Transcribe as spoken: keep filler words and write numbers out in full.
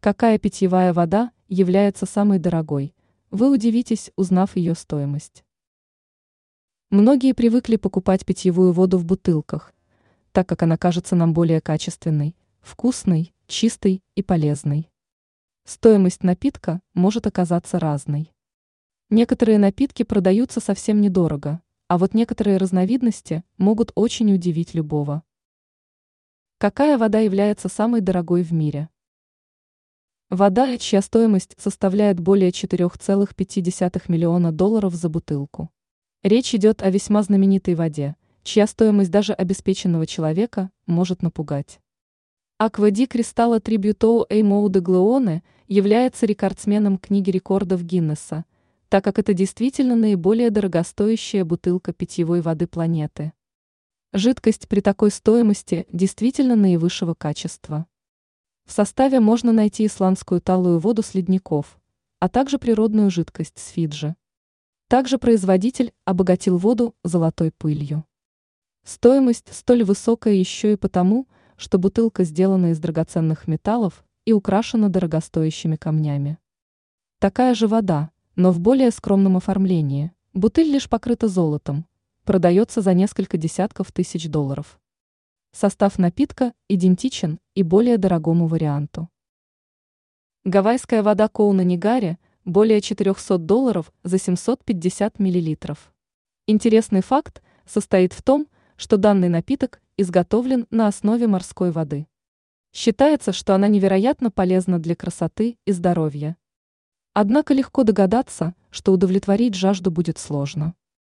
Какая питьевая вода является самой дорогой? Вы удивитесь, узнав ее стоимость. Многие привыкли покупать питьевую воду в бутылках, так как она кажется нам более качественной, вкусной, чистой и полезной. Стоимость напитка может оказаться разной. Некоторые напитки продаются совсем недорого, а вот некоторые разновидности могут очень удивить любого. Какая вода является самой дорогой в мире? Вода, чья стоимость составляет более четыре целых пять десятых миллиона долларов за бутылку. Речь идет о весьма знаменитой воде, чья стоимость даже обеспеченного человека может напугать. Аква ди Кристалло Трибьютоу Эймоу де Глеоне является рекордсменом книги рекордов Гиннесса, так как это действительно наиболее дорогостоящая бутылка питьевой воды планеты. Жидкость при такой стоимости действительно наивысшего качества. В составе можно найти исландскую талую воду с ледников, а также природную жидкость с Фиджи. Также производитель обогатил воду золотой пылью. Стоимость столь высокая еще и потому, что бутылка сделана из драгоценных металлов и украшена дорогостоящими камнями. Такая же вода, но в более скромном оформлении, бутыль лишь покрыта золотом, продается за несколько десятков тысяч долларов. Состав напитка идентичен и более дорогому варианту. Гавайская вода Коуна Нигаре более четыреста долларов за семьсот пятьдесят миллилитров. Интересный факт состоит в том, что данный напиток изготовлен на основе морской воды. Считается, что она невероятно полезна для красоты и здоровья. Однако легко догадаться, что удовлетворить жажду будет сложно.